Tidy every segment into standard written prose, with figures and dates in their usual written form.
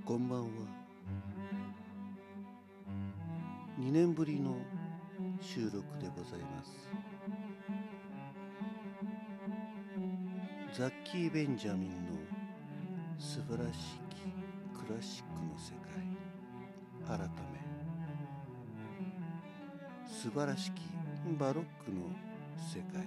こんばんは。2年ぶりの収録でございます。ザッキー・ベンジャミンの素晴らしきクラシックの世界、改め素晴らしきバロックの世界。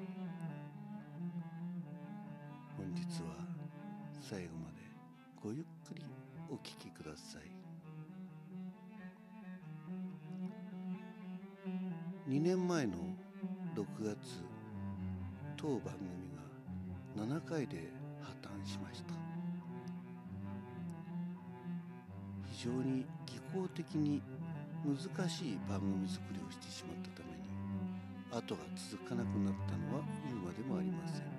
本日は最後までごゆっくりお聴きください。2年前の6月、当番組が7回で破綻しました。非常に技巧的に難しい番組作りをしてしまったために後が続かなくなったのは言うまでもありません。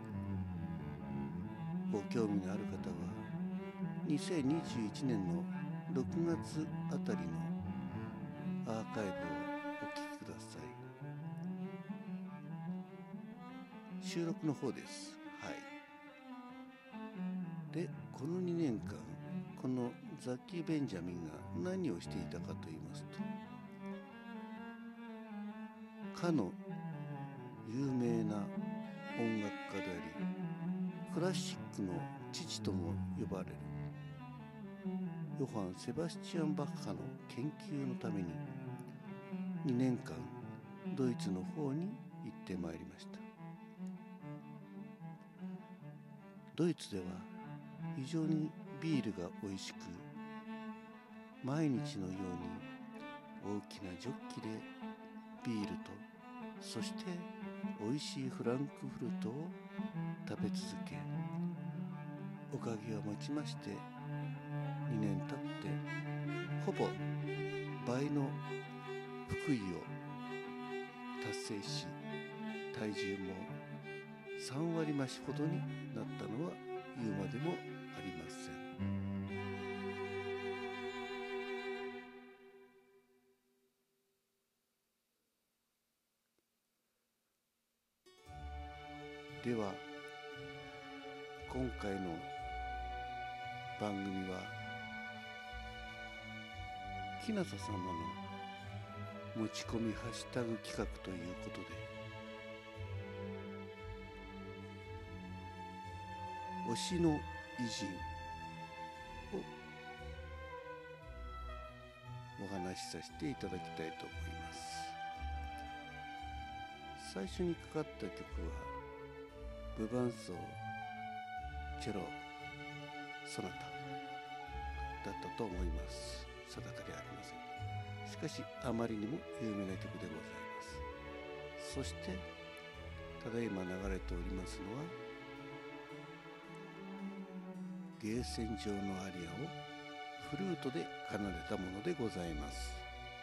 ご興味のある方は2021年の6月あたりのアーカイブをお聞きください。収録の方です。はい。で、この2年間このザッキー・ベンジャミンが何をしていたかと言いますと、かの有名な音楽家でありクラシックの父とも呼ばれるヨハン・セバスチャン・バッハの研究のために2年間ドイツの方に行ってまいりました。ドイツでは非常にビールが美味しく、毎日のように大きなジョッキでビールと、そして美味しいフランクフルトを食べ続け、おかげをもちまして2年経ってほぼ倍の福井を達成し、体重も3割増しほどになったのは言うまでもありません。では今回の番組はきなさ様の持ち込みハッシュタグ企画ということで、推しの偉人をお話しさせていただきたいと思います。最初にかかった曲は無伴奏チェロソナタだったと思います。定かではありません。しかしあまりにも有名な曲でございます。そしてただいま流れておりますのはゲーセン上のアリアをフルートで奏でたものでございます。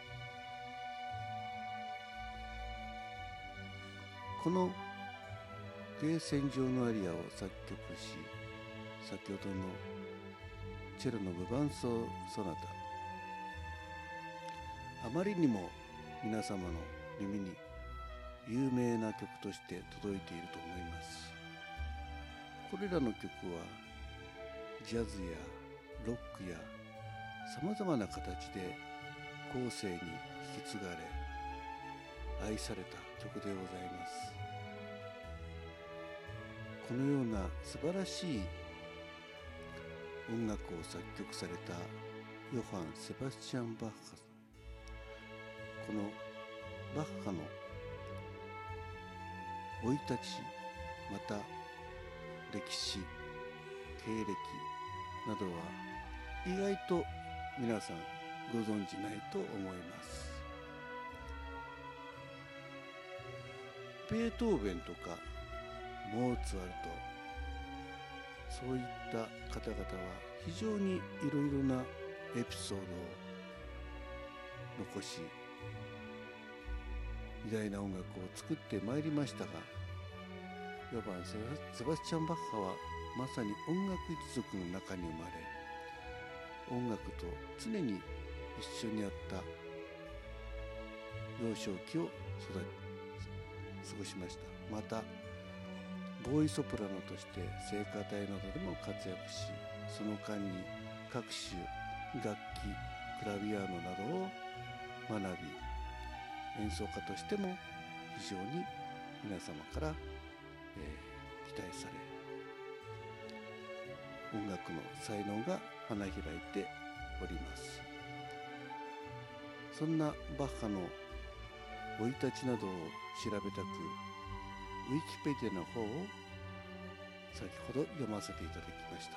このゲーセン上のアリアを作曲し、先ほどのチェロの無伴奏ソナタ、あまりにも皆様の耳に有名な曲として届いていると思います。これらの曲はジャズやロックやさまざまな形で後世に引き継がれ愛された曲でございます。このような素晴らしい音楽を作曲されたヨハン・セバスチャン・バッハさん、このバッハの生い立ち、また歴史、経歴などは意外と皆さんご存じないと思います。ベートーベンとかモーツァルト、そういった方々は非常にいろいろなエピソードを残し、偉大な音楽を作ってまいりましたが、ヨハン・セバスチャン・バッハはまさに音楽一族の中に生まれ、音楽と常に一緒にあった幼少期を過ごしました。またボーイソプラノとして聖歌隊などでも活躍し、その間に各種楽器クラビアーノなどを学び、演奏家としても非常に皆様から、期待され、音楽の才能が花開いております。そんなバッハの生い立ちなどを調べたく、ウィキペディアの方を先ほど読ませていただきました。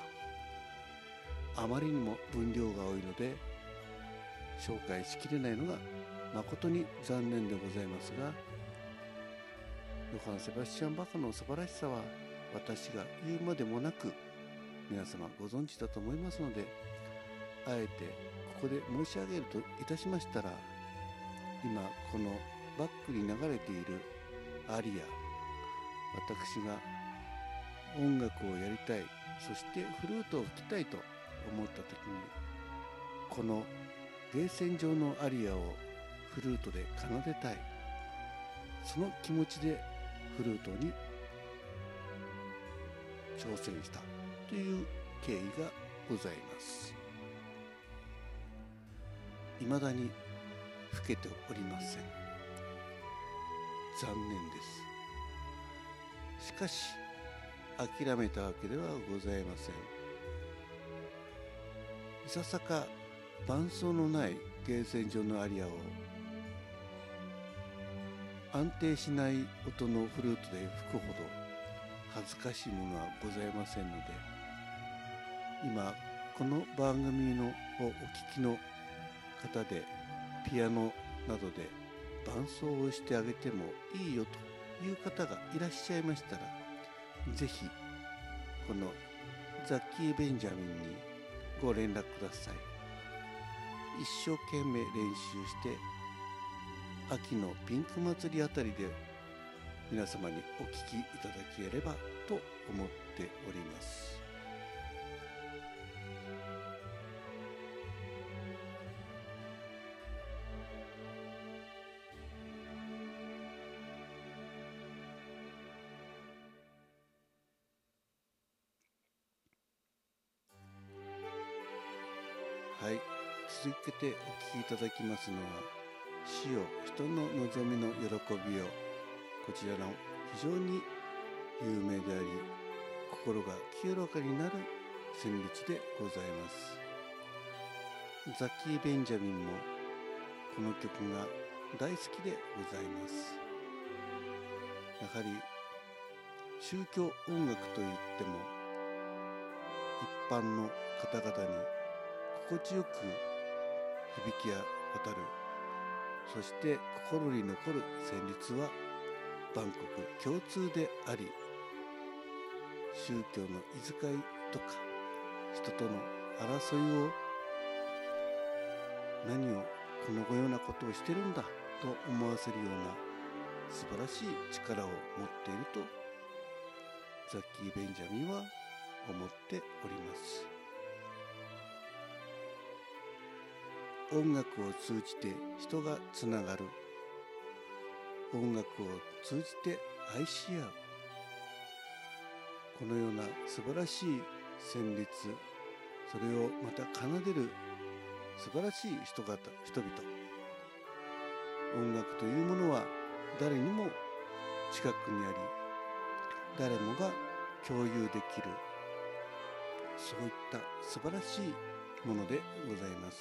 あまりにも分量が多いので紹介しきれないのが誠に残念でございますが、ヨハン・セバスチャン・バッハの素晴らしさは私が言うまでもなく皆様ご存知だと思いますので、あえてここで申し上げるといたしましたら、今このバックに流れているアリア、私が音楽をやりたい、そしてフルートを吹きたいと思った時に、このゲーセン上のアリアをフルートで奏でたい、その気持ちでフルートに挑戦したという経緯がございます。未だに吹けておりません。残念です。しかし諦めたわけではございません。いささか伴奏のないゲーセン上のアリアを安定しない音のフルートで吹くほど恥ずかしいものはございませんので、今この番組のをお聞きの方でピアノなどで伴奏をしてあげてもいいよという方がいらっしゃいましたら、ぜひこのザッキー・ベンジャミンにご連絡ください。一生懸命練習して秋のピンク祭りあたりで皆様にお聴きいただければと思っております。はい、続けてお聴きいただきますのは、死よ人の望みの喜びを、こちらの非常に有名であり心が清らかになる旋律でございます。ザッキー・ベンジャミンもこの曲が大好きでございます。やはり宗教音楽といっても一般の方々に心地よく響き渡る、そして心に残る旋律は万国共通であり、宗教のいずかいとか人との争いを、何をこのようなことをしてるんだと思わせるような素晴らしい力を持っているとザッキー・ベンジャミンは思っております。音楽を通じて人がつながる、音楽を通じて愛し合う、このような素晴らしい旋律、それをまた奏でる素晴らしい人々、音楽というものは誰にも近くにあり、誰もが共有できる、そういった素晴らしいものでございます。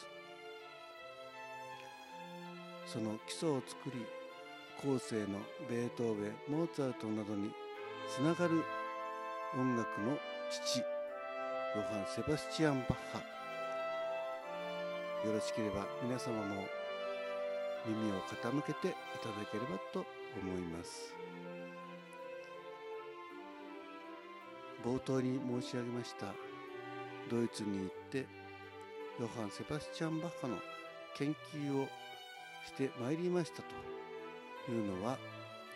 その基礎を作り、後世のベートーベン、モーツァルトなどにつながる音楽の父、ヨハン・セバスチャン・バッハ、よろしければ皆様も耳を傾けていただければと思います。冒頭に申し上げましたドイツに行ってヨハン・セバスチャン・バッハの研究をしてまいりましたというのは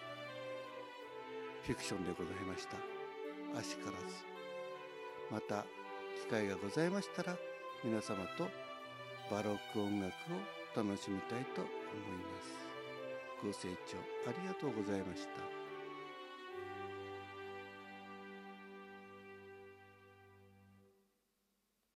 フィクションでございました。あしからず。また機会がございましたら皆様とバロック音楽を楽しみたいと思います。ご清聴ありがとうございました。